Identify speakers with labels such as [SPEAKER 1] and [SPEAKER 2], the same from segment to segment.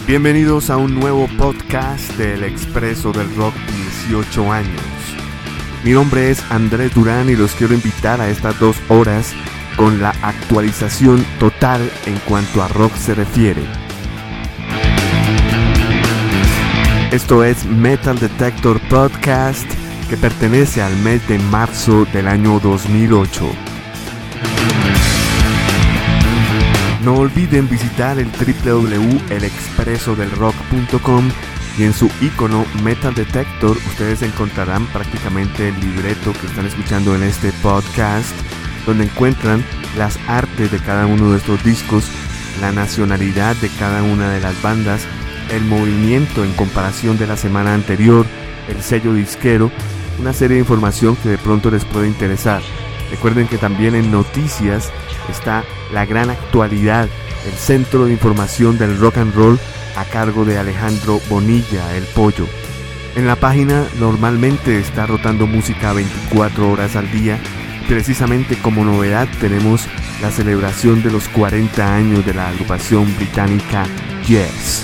[SPEAKER 1] Bienvenidos a un nuevo podcast del Expreso del Rock 18 años. Mi nombre es Andrés Durán y los quiero invitar a estas 2 horas con la actualización total en cuanto a rock se refiere. Esto es Metal Detector Podcast, que pertenece al mes de marzo del año 2008. No olviden visitar el www.elexpresodelrock.com y en su icono Metal Detector ustedes encontrarán prácticamente el libreto que están escuchando en este podcast, donde encuentran las artes de cada uno de estos discos, la nacionalidad de cada una de las bandas, el movimiento en comparación de la semana anterior, el sello disquero, una serie de información que de pronto les puede interesar. Recuerden que también en noticias está la gran actualidad, el centro de información del rock and roll a cargo de Alejandro Bonilla, el Pollo. En la página normalmente está rotando música 24 horas al día. Precisamente como novedad tenemos la celebración de los 40 años de la agrupación británica Yes.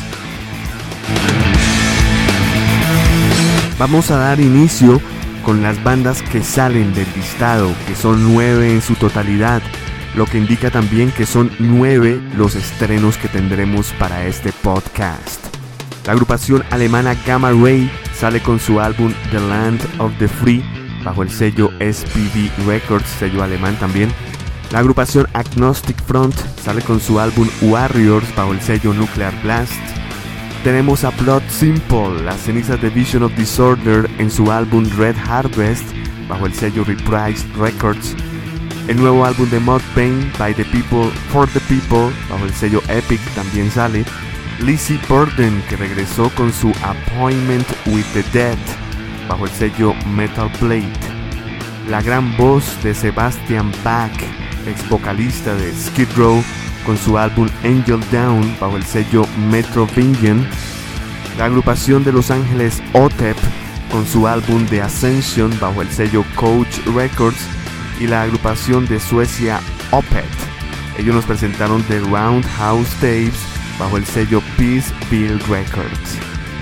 [SPEAKER 1] Vamos a dar inicio con las bandas que salen del listado, que son 9 en su totalidad, lo que indica también que son 9 los estrenos que tendremos para este podcast. La agrupación alemana Gamma Ray sale con su álbum The Land of the Free bajo el sello SPV Records, sello alemán también. La agrupación Agnostic Front sale con su álbum Warriors bajo el sello Nuclear Blast. Tenemos a Blood Simple, las cenizas de Vision of Disorder en su álbum Red Harvest bajo el sello Reprise Records. El nuevo álbum de Mudvayne, By the People, For the People bajo el sello Epic también sale. Lizzie Borden, que regresó con su Appointment with the Dead bajo el sello Metal Blade. La gran voz de Sebastian Bach, ex vocalista de Skid Row, con su álbum Angel Down bajo el sello Metrovingian. La agrupación de Los Ángeles OTEP con su álbum The Ascension bajo el sello Coach Records. Y la agrupación de Suecia Opeth, ellos nos presentaron The Roundhouse Tapes bajo el sello Peaceville Records.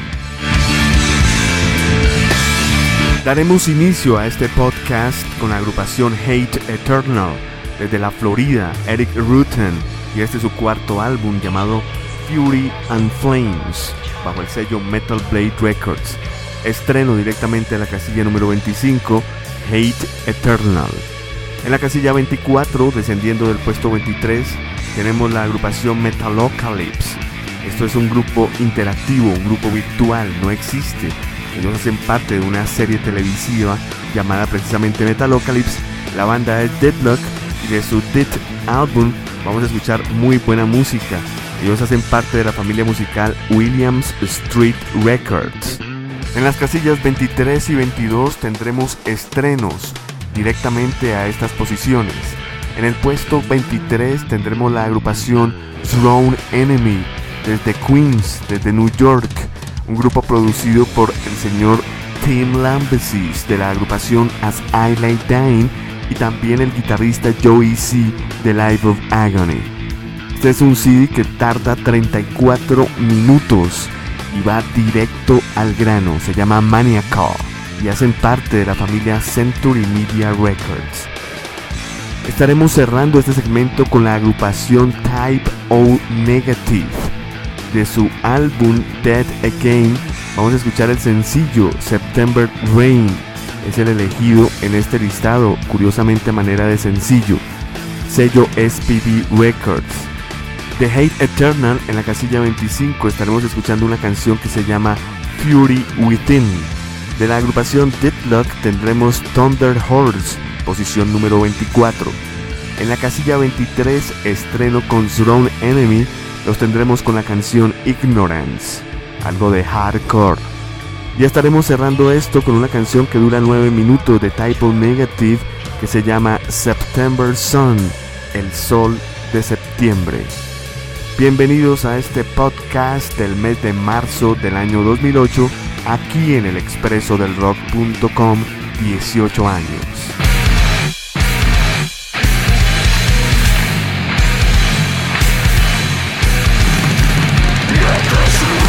[SPEAKER 1] Daremos inicio a este podcast con la agrupación Hate Eternal, desde la Florida, Eric Rutten, y este es su 4º álbum llamado Fury and Flames bajo el sello Metal Blade Records. Estreno directamente en la casilla número 25, Hate Eternal. En la casilla 24, descendiendo del puesto 23, tenemos la agrupación Metalocalypse. Esto es un grupo interactivo, un grupo virtual, no existe. Ellos hacen parte de una serie televisiva llamada precisamente Metalocalypse. La banda es Deadlock y de su Dead álbum vamos a escuchar muy buena música. Ellos hacen parte de la familia musical Williams Street Records. En las casillas 23 y 22 tendremos estrenos directamente a estas posiciones. En el puesto 23 tendremos la agrupación Sworn Enemy desde Queens, desde New York, un grupo producido por el señor Tim Lambesis de la agrupación As I Lay Dying y también el guitarrista Joey C de Life of Agony. Este es un CD que tarda 34 minutos y va directo al grano, se llama Maniacal y hacen parte de la familia Century Media Records. Estaremos cerrando este segmento con la agrupación Type O Negative. De su álbum Dead Again vamos a escuchar el sencillo September Rain. Es el elegido en este listado, curiosamente a manera de sencillo. Sello SPV Records. De Hate Eternal en la casilla 25 estaremos escuchando una canción que se llama Fury Within. De la agrupación Deadlock tendremos Thunder Horse, posición número 24. En la casilla 23, estreno con Sworn Enemy, los tendremos con la canción Ignorance, algo de hardcore. Ya estaremos cerrando esto con una canción que dura 9 minutos de Type O Negative que se llama September Sun, el sol de septiembre. Bienvenidos a este podcast del mes de marzo del año 2008, aquí en el expresodelrock.com, 18 años.
[SPEAKER 2] Yes.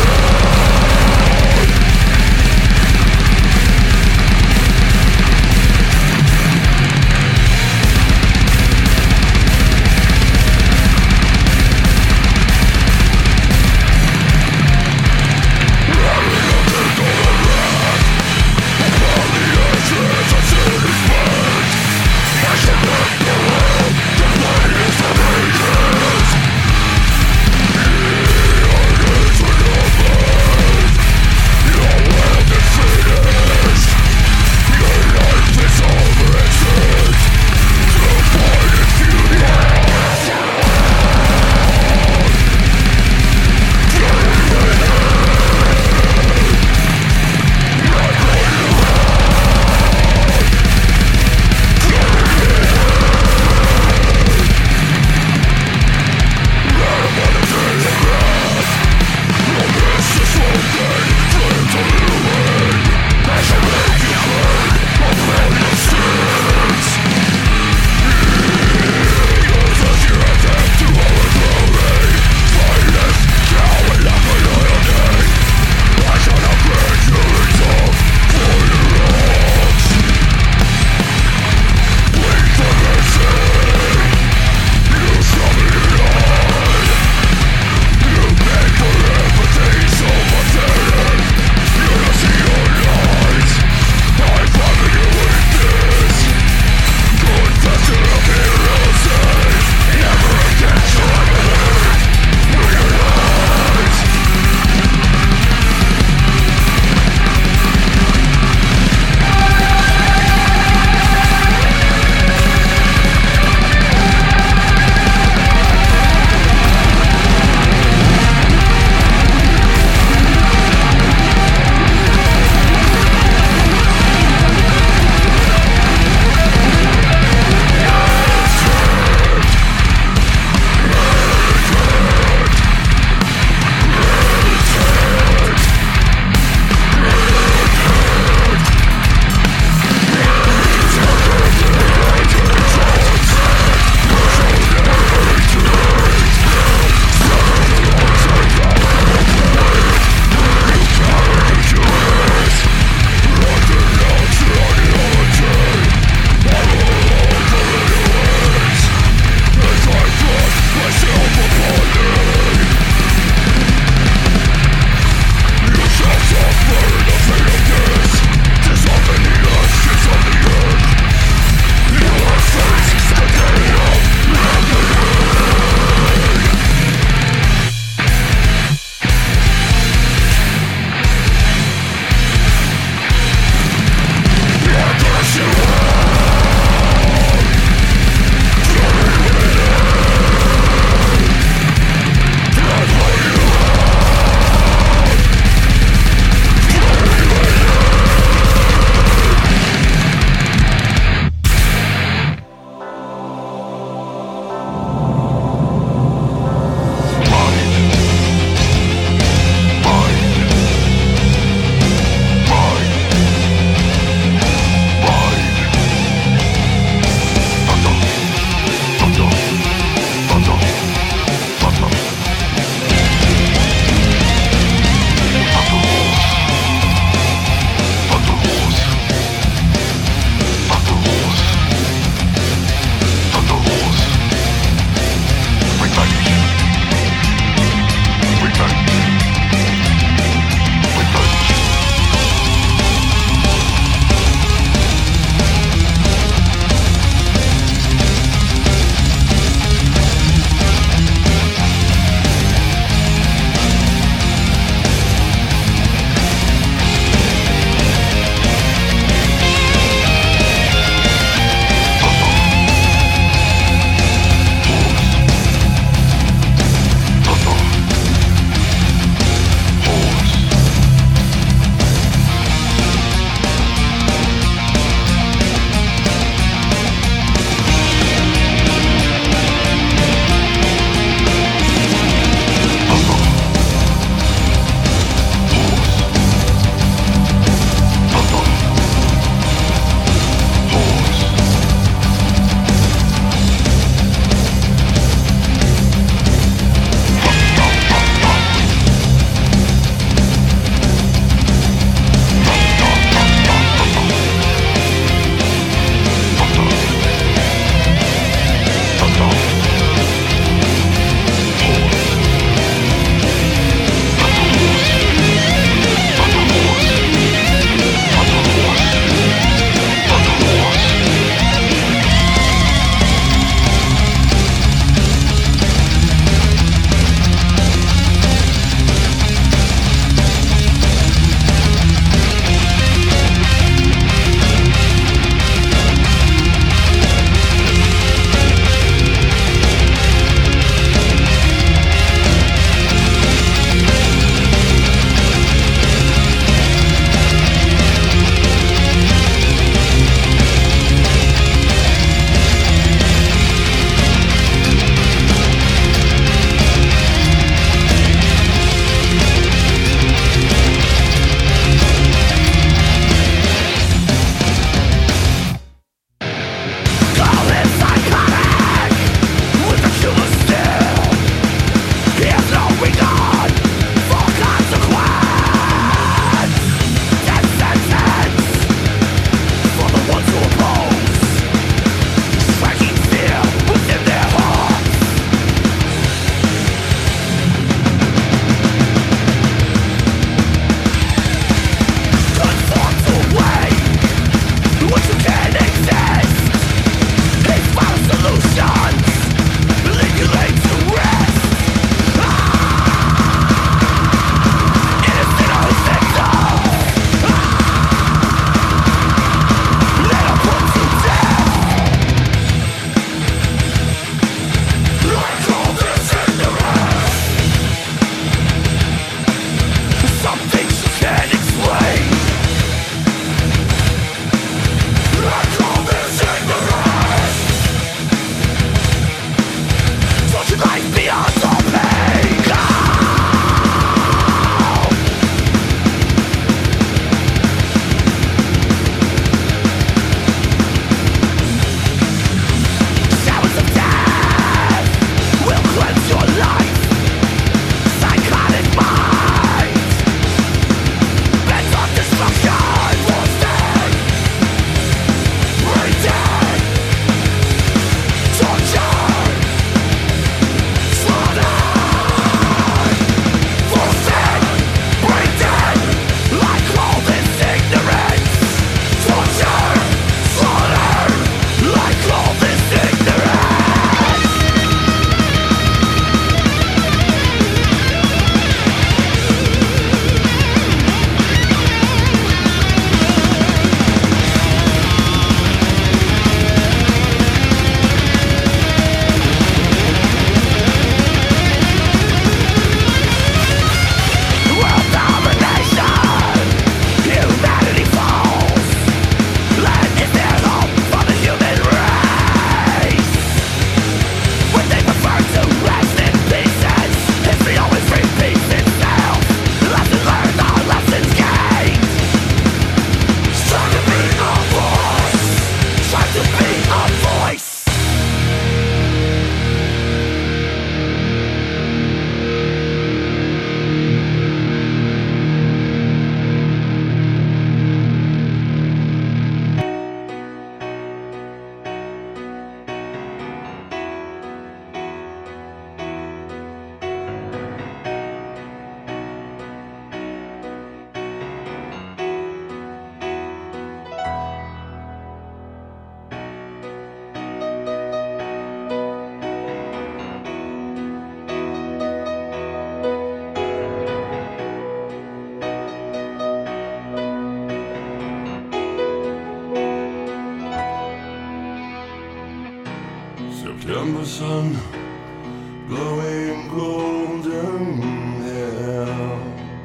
[SPEAKER 2] sun, glowing golden hair.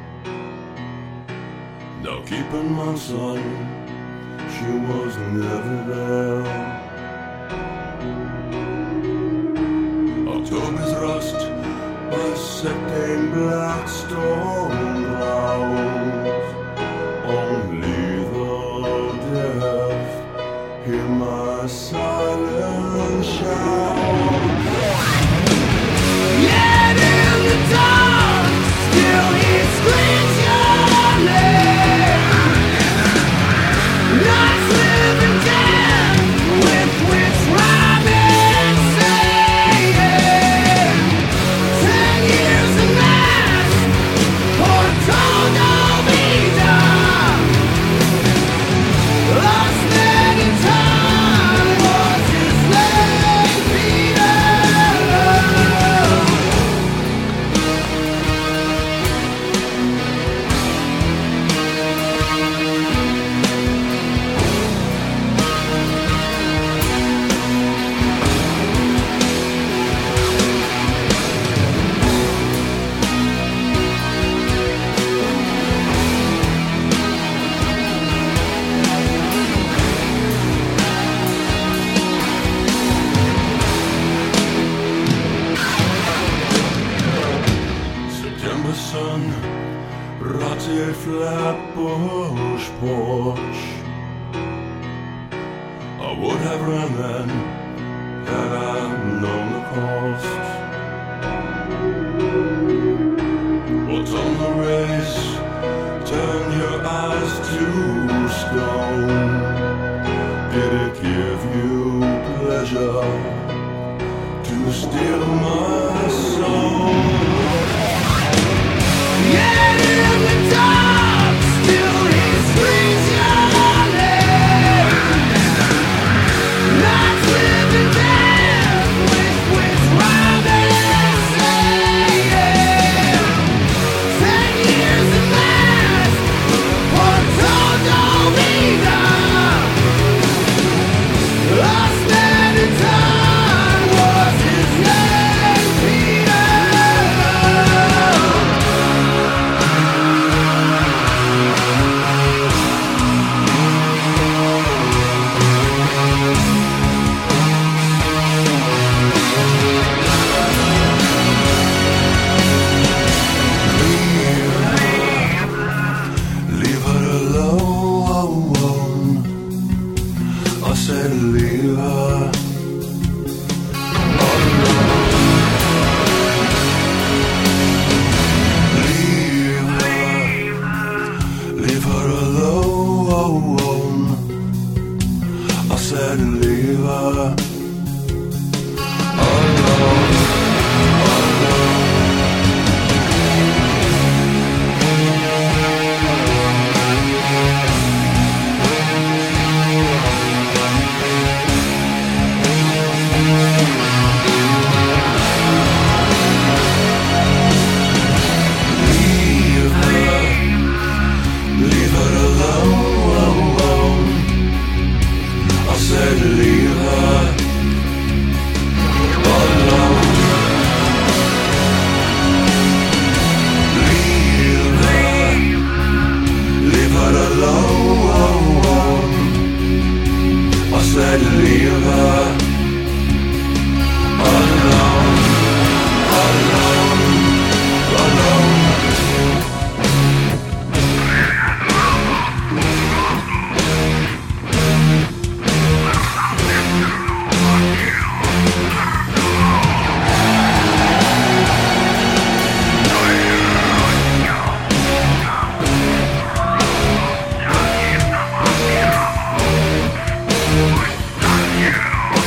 [SPEAKER 2] Now keep in mind, son, she was never there. October's rust, bisecting black storm clouds. Only the deaf hear my silent shout. Yet in the dark, still he screams your name. Nights living dead, with which rhyming saying. 10 years of mass, for todo vida. Lost men in time was his slave Peter. September sun, rotted Flatbush porch. I would have run then, had I known the cost. What's on the race? Turn your eyes to stone. Did it give you pleasure to steal my soul? Yet in the dark, still he screams your name. Nights living dead, with which rhyming saying. 10 years of mass, for todo vida. Lost man in time was his name, Peter. Leave her alone. I said leave her leave her alone. I said leave her alone. Leave her alone. I said leave her alone. Leave her alone. I said leave her alone. Alone.
[SPEAKER 3] Yeah.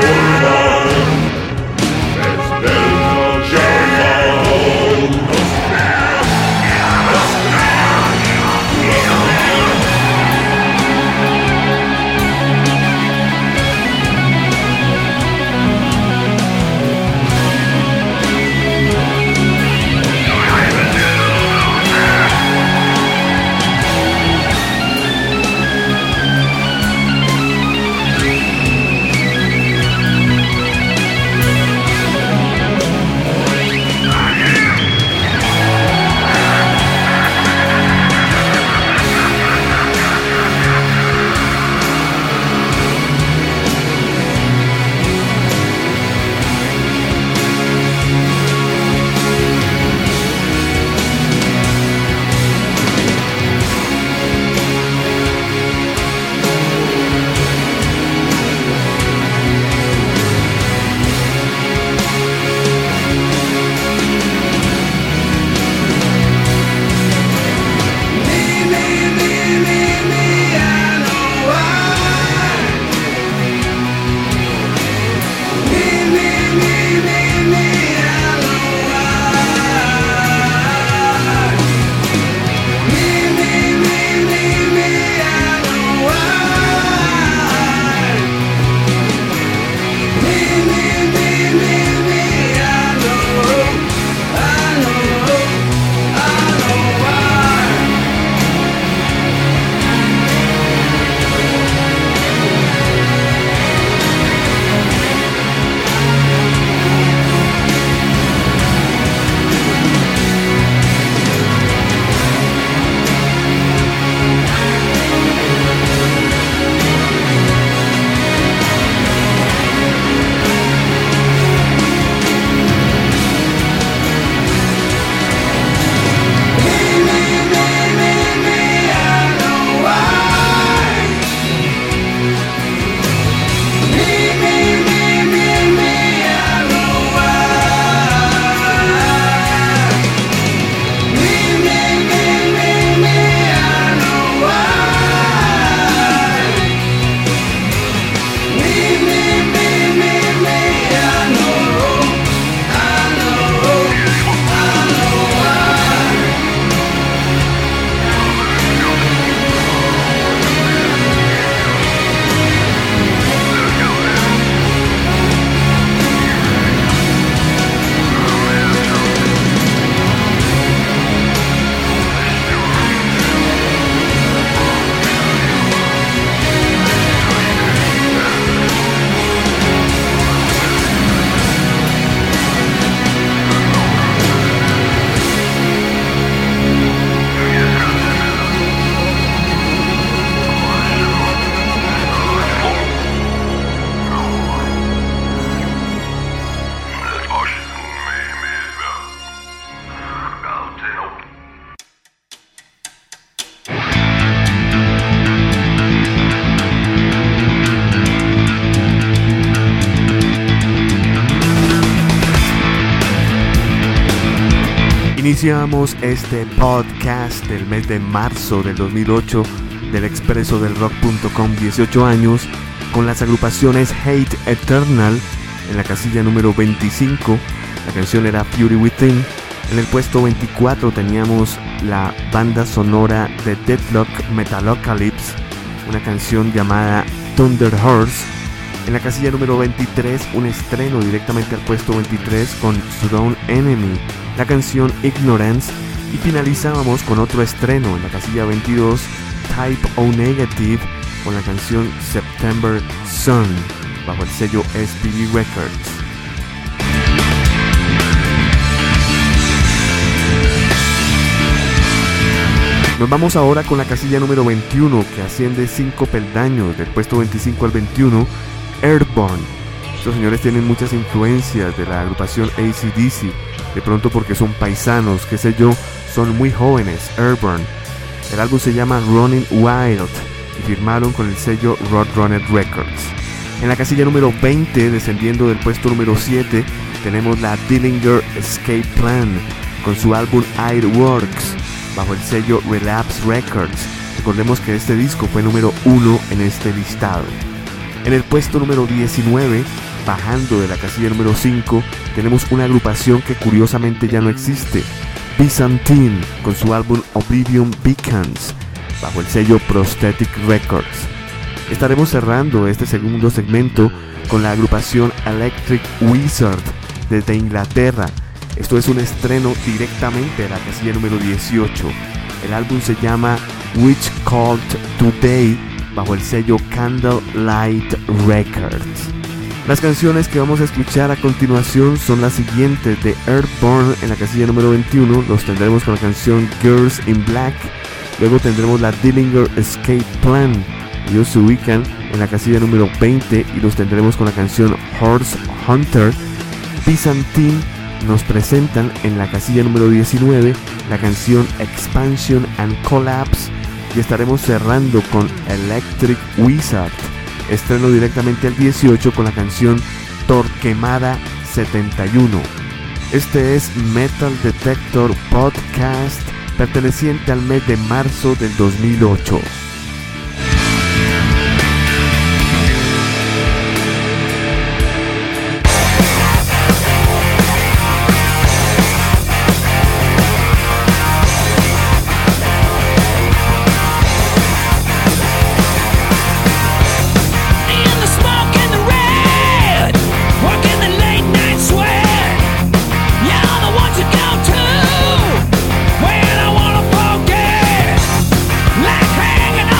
[SPEAKER 1] Iniciamos este podcast del mes de marzo del 2008 del expreso del rock.com 18 años con las agrupaciones Hate Eternal en la casilla número 25, la canción era Fury Within. En el puesto 24 teníamos la banda sonora de Deathlock Metalocalypse, una canción llamada Thunder Horse. En la casilla número 23, un estreno directamente al puesto 23 con Sworn Enemy, la canción Ignorance. Y finalizábamos con otro estreno en la casilla 22, Type O Negative, con la canción September Sun, bajo el sello SPV Records. Nos vamos ahora con la casilla número 21, que asciende 5 peldaños, del puesto 25 al 21, Airborne. Estos señores tienen muchas influencias de la agrupación AC/DC, de pronto porque son paisanos, qué sé yo, son muy jóvenes. Airborne. El álbum se llama Running Wild y firmaron con el sello Roadrunner Records. En la casilla número 20, descendiendo del puesto número 7, tenemos la Dillinger Escape Plan con su álbum Airworks, bajo el sello Relapse Records. Recordemos que este disco fue número 1 en este listado. En el puesto número 19 bajando de la casilla número 5, tenemos una agrupación que curiosamente ya no existe, Byzantine, con su álbum Oblivion Beacons, bajo el sello Prosthetic Records. Estaremos cerrando este segundo segmento con la agrupación Electric Wizard desde Inglaterra. Esto es un estreno directamente de la casilla número 18. El álbum se llama Witch Called Today, bajo el sello Candlelight Records. Las canciones que vamos a escuchar a continuación son las siguientes: de Earthborn en la casilla número 21, los tendremos con la canción Girls in Black. Luego tendremos la Dillinger Escape Plan, ellos se ubican en la casilla número 20 y los tendremos con la canción Horse Hunter. Byzantine nos presentan en la casilla número 19 la canción Expansion and Collapse, y estaremos cerrando con Electric Wizard, estreno directamente al 18 con la canción Torquemada 71. Este es Metal Detector Podcast, perteneciente al mes de marzo del 2008.
[SPEAKER 3] Hanging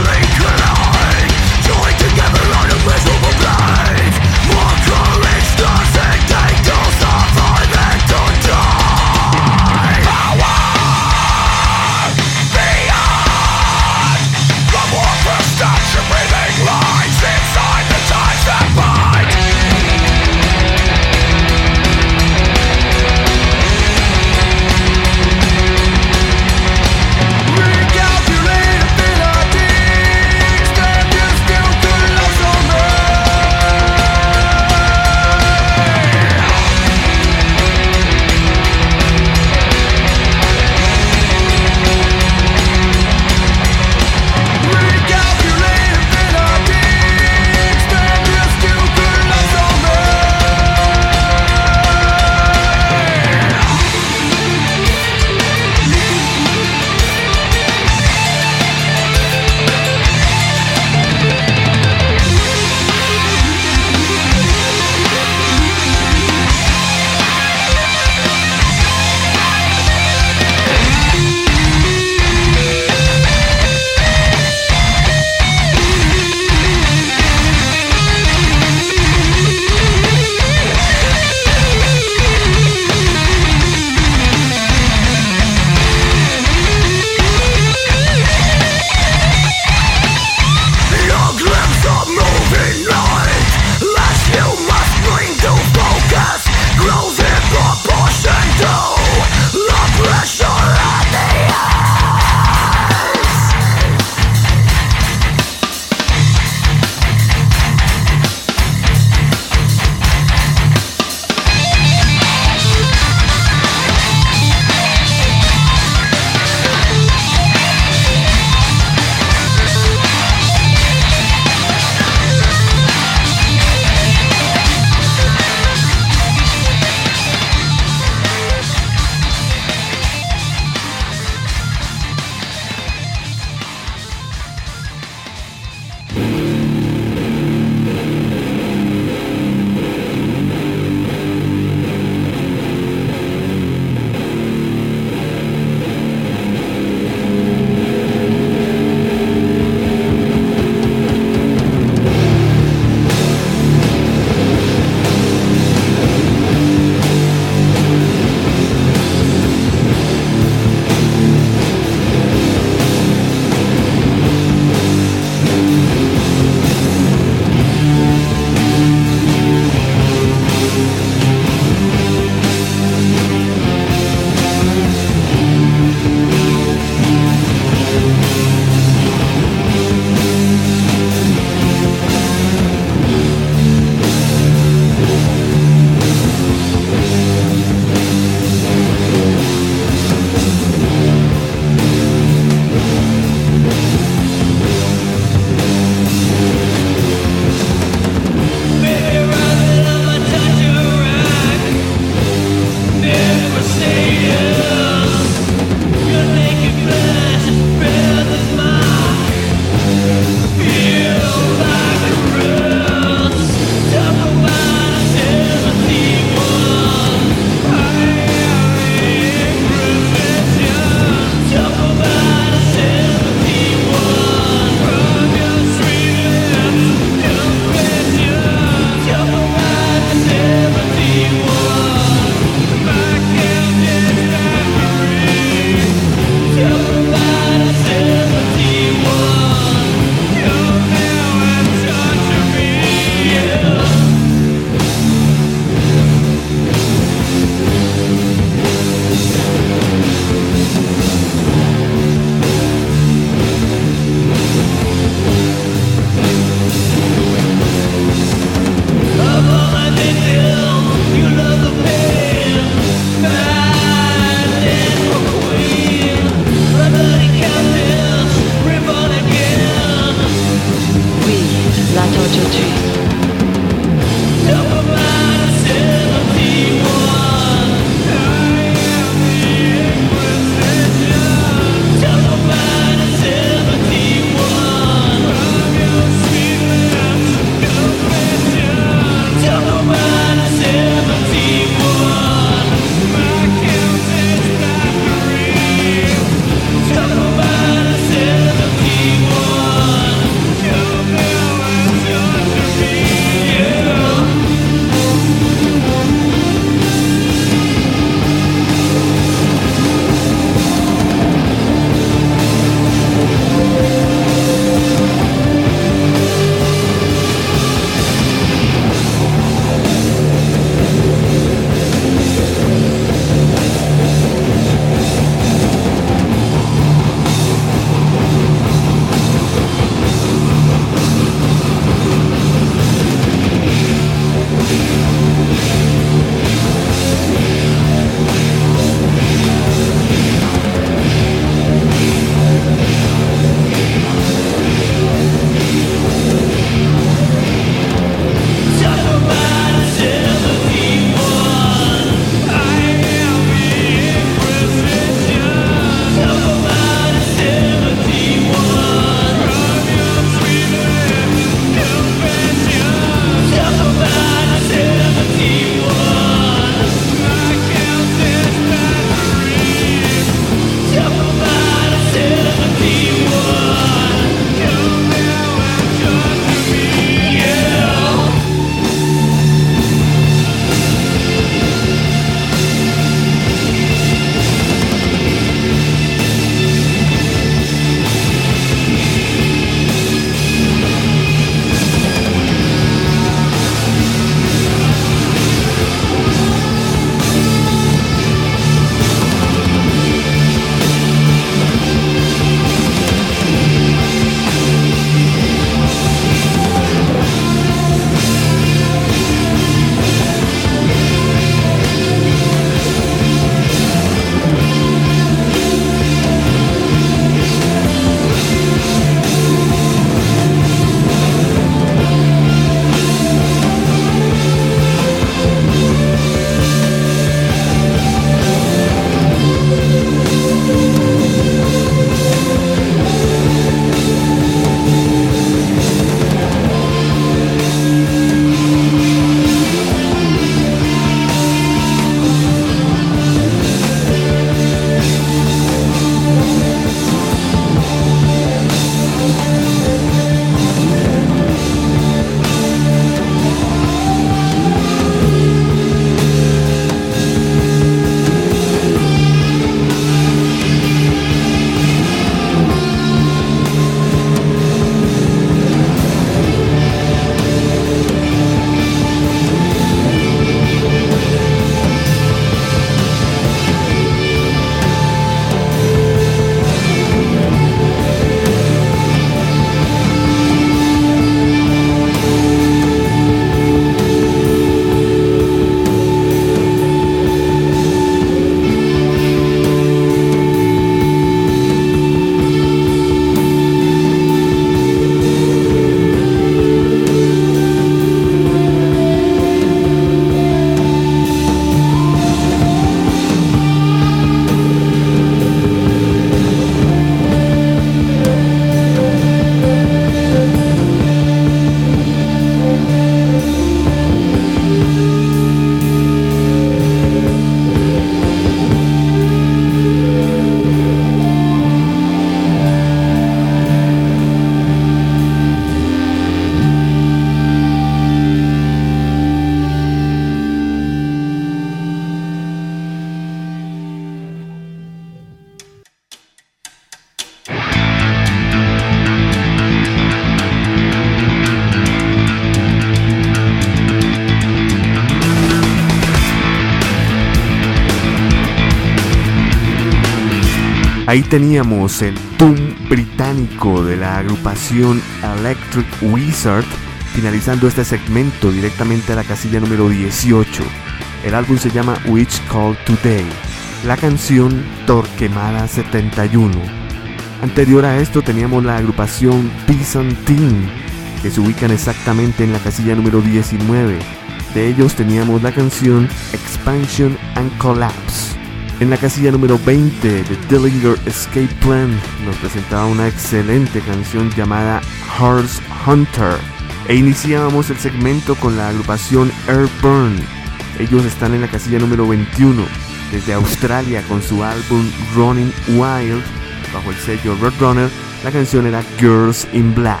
[SPEAKER 1] Ahí teníamos el Doom británico de la agrupación Electric Wizard, finalizando este segmento directamente a la casilla número 18. El álbum se llama Witch Call Today, la canción Torquemada 71. Anterior a esto teníamos la agrupación Byzantine, que se ubican exactamente en la casilla número 19. De ellos teníamos la canción Expansion and Collapse. En la casilla número 20 de Dillinger Escape Plan nos presentaba una excelente canción llamada Horse Hunter. E iniciábamos el segmento con la agrupación Airburn. Ellos están en la casilla número 21 desde Australia con su álbum Running Wild bajo el sello Roadrunner. La canción era Girls in Black.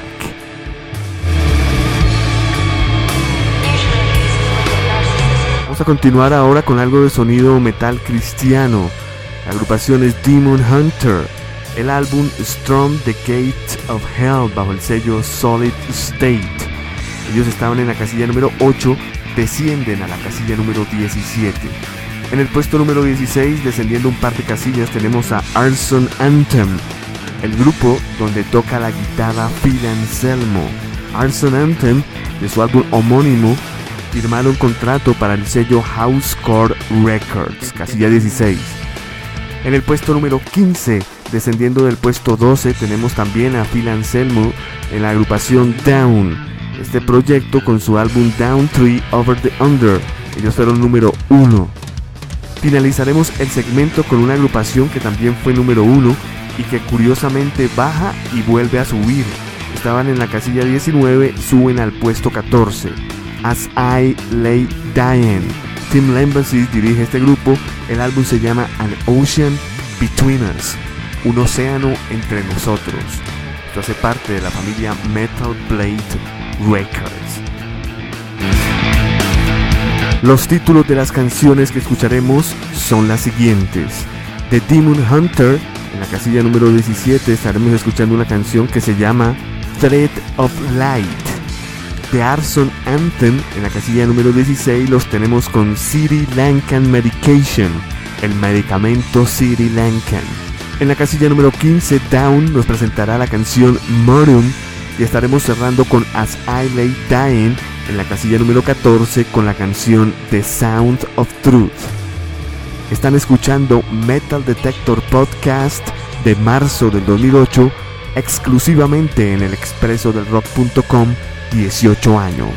[SPEAKER 1] Vamos a continuar ahora con algo de sonido metal cristiano. La agrupación es Demon Hunter. El álbum Storm the Gate of Hell bajo el sello Solid State. Ellos estaban en la casilla número 8, descienden a la casilla número 17. En el puesto número 16, descendiendo un par de casillas, tenemos a Arson Anthem, el grupo donde toca la guitarra Phil Anselmo. Arson Anthem, de su álbum homónimo, firmaron contrato para el sello Housecore Records, casilla 16. En el puesto número 15, descendiendo del puesto 12, tenemos también a Phil Anselmo en la agrupación Down. Este proyecto con su álbum Down 3 Over the Under, ellos fueron número 1. Finalizaremos el segmento con una agrupación que también fue número 1 y que curiosamente baja y vuelve a subir. Estaban en la casilla 19, suben al puesto 14. As I Lay Dying. Tim Lembasis dirige este grupo. El álbum se llama An Ocean Between Us, un océano entre nosotros. Esto hace parte de la familia Metal Blade Records. Los títulos de las canciones que escucharemos son las siguientes. The Demon Hunter, en la casilla número 17 estaremos escuchando una canción que se llama Thread of Light. The Arson Anthem, en la casilla número 16 los tenemos con Sri Lankan Medication, el medicamento Sri Lankan. En la casilla número 15, Down nos presentará la canción Morium y estaremos cerrando con As I Lay Dying en la casilla número 14 con la canción The Sound of Truth. Están escuchando Metal Detector Podcast de marzo del 2008, exclusivamente en el expresodelrock.com, 18 años.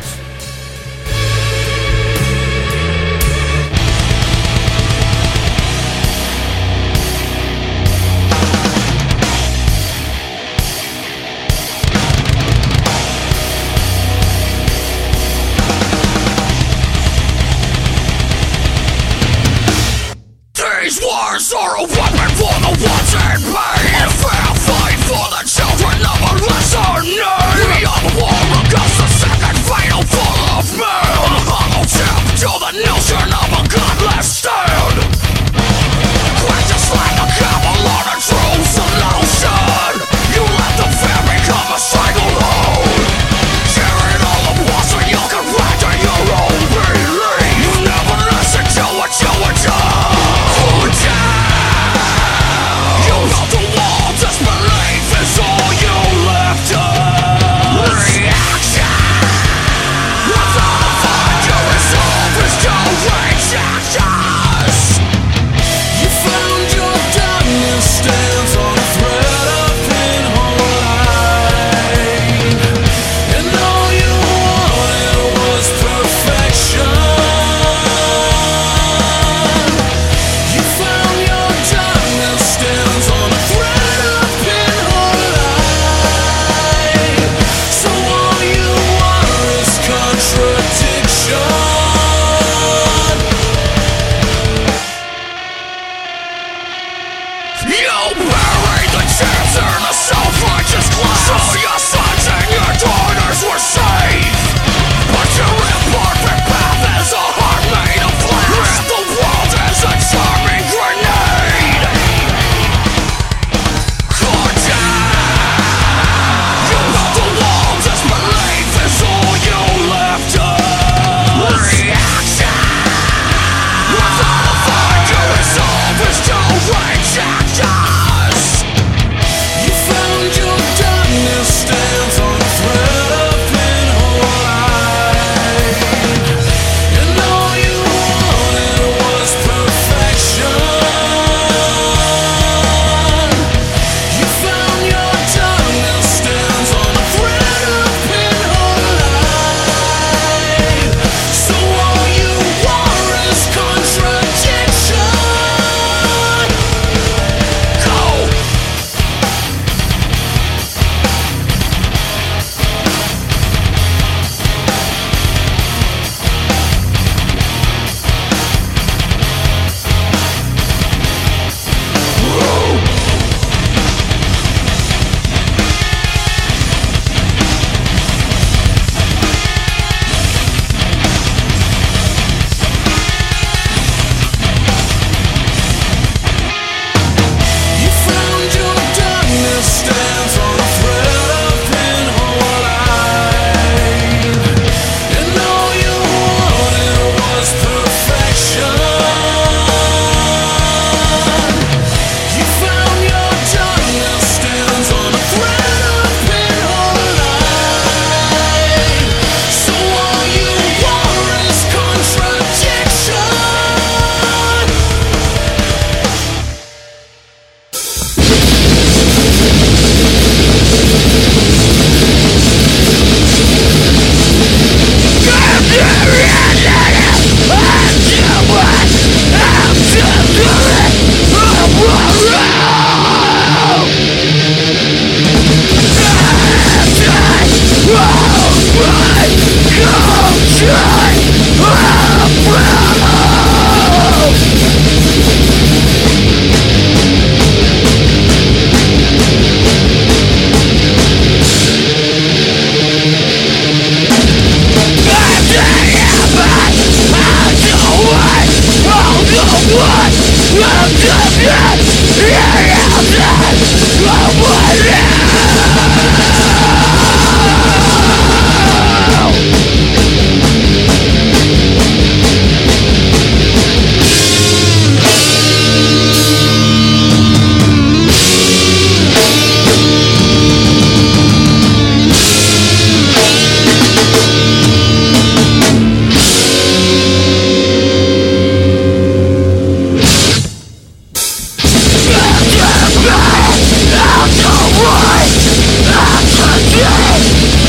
[SPEAKER 3] Are a weapon for the ones in pain. A fair fight for the children of a lesser need. We are the war against the second fatal fall of man. A hollow tip to the notion of a godless stand. Quick to slang a cabal on a true solution. You let the fear become a stranglehold. Tearing all the walls so you can render your own belief. You never listen to what you were told. Disbelief is all you left us. Reaction. What's all the fun to resolve is to reject us. You found your darkness stands on a thread of pinhole line, and all you wanted was perfection. You found your darkness stands on a thread. Reject us.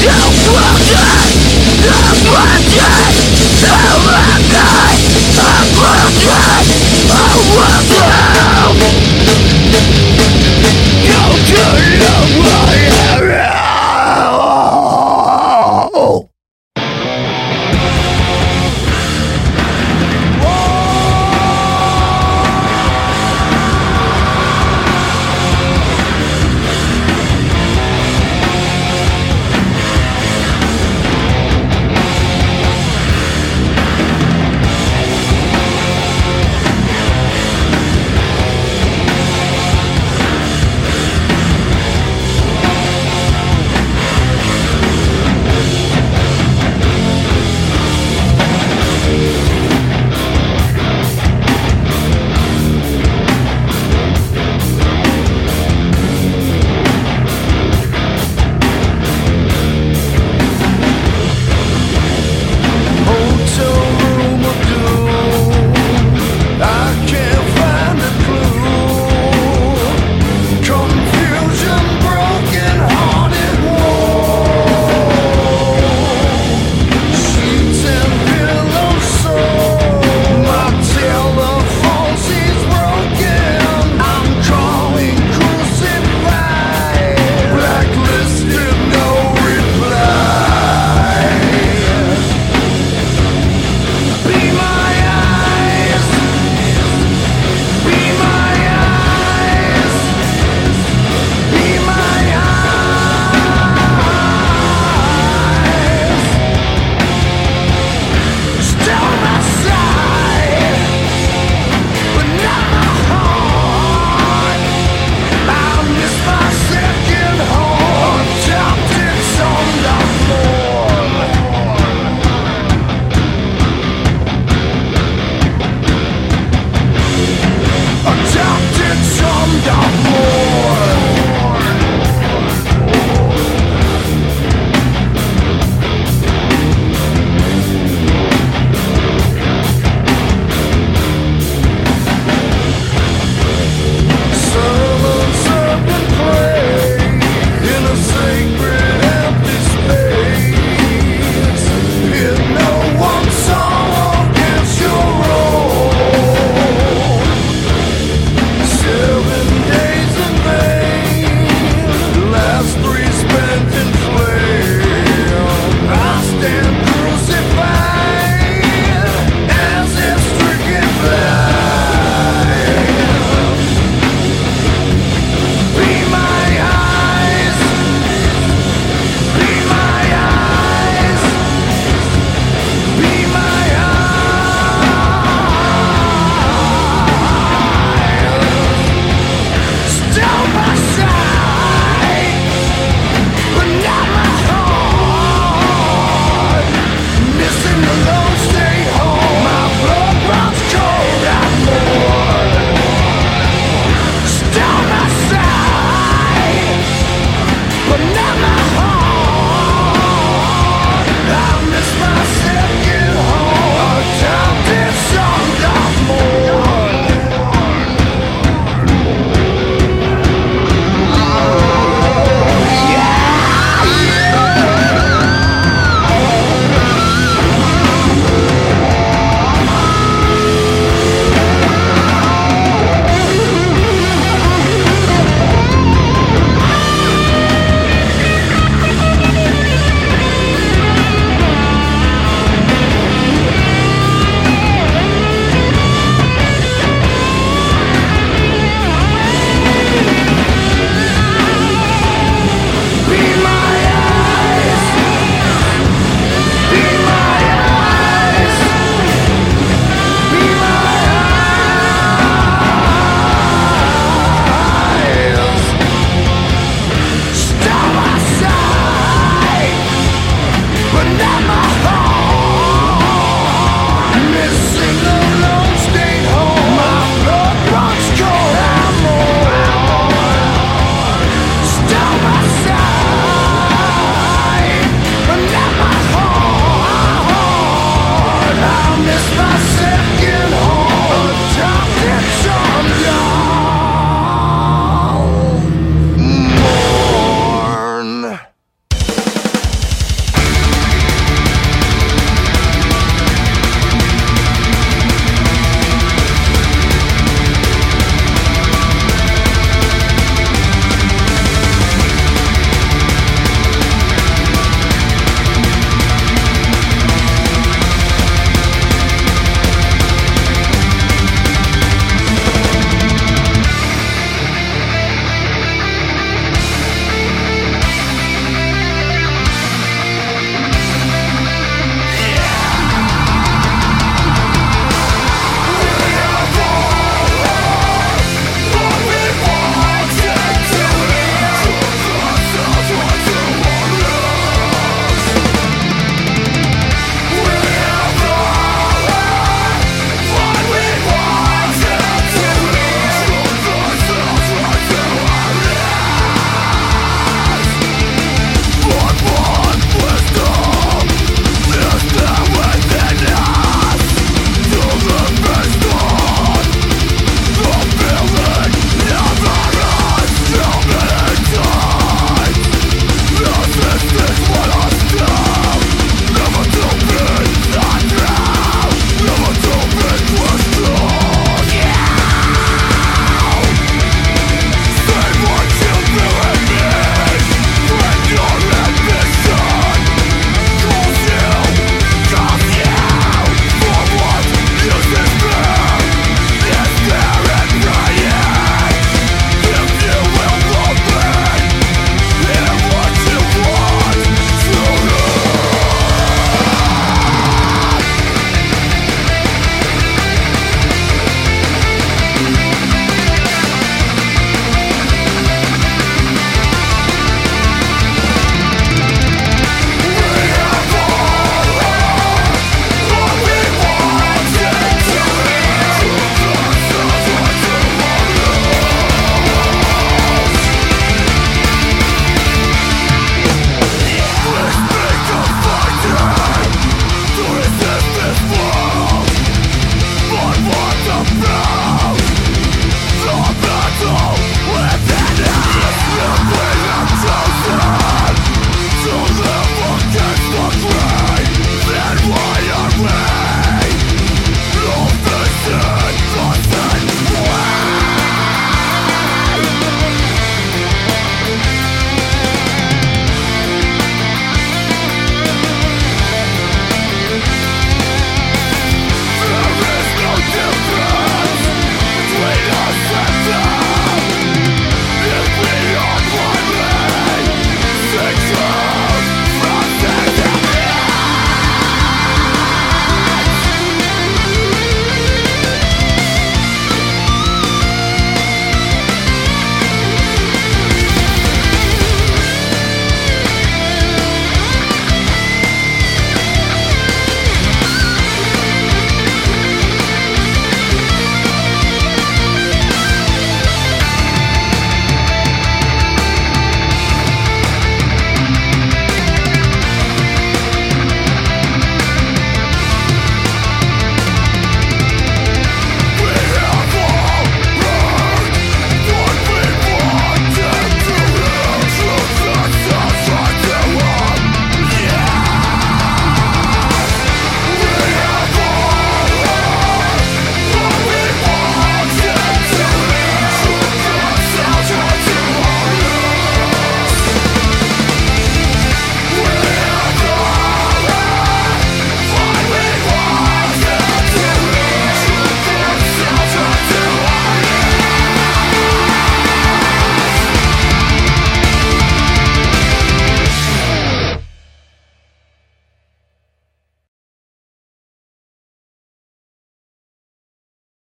[SPEAKER 3] You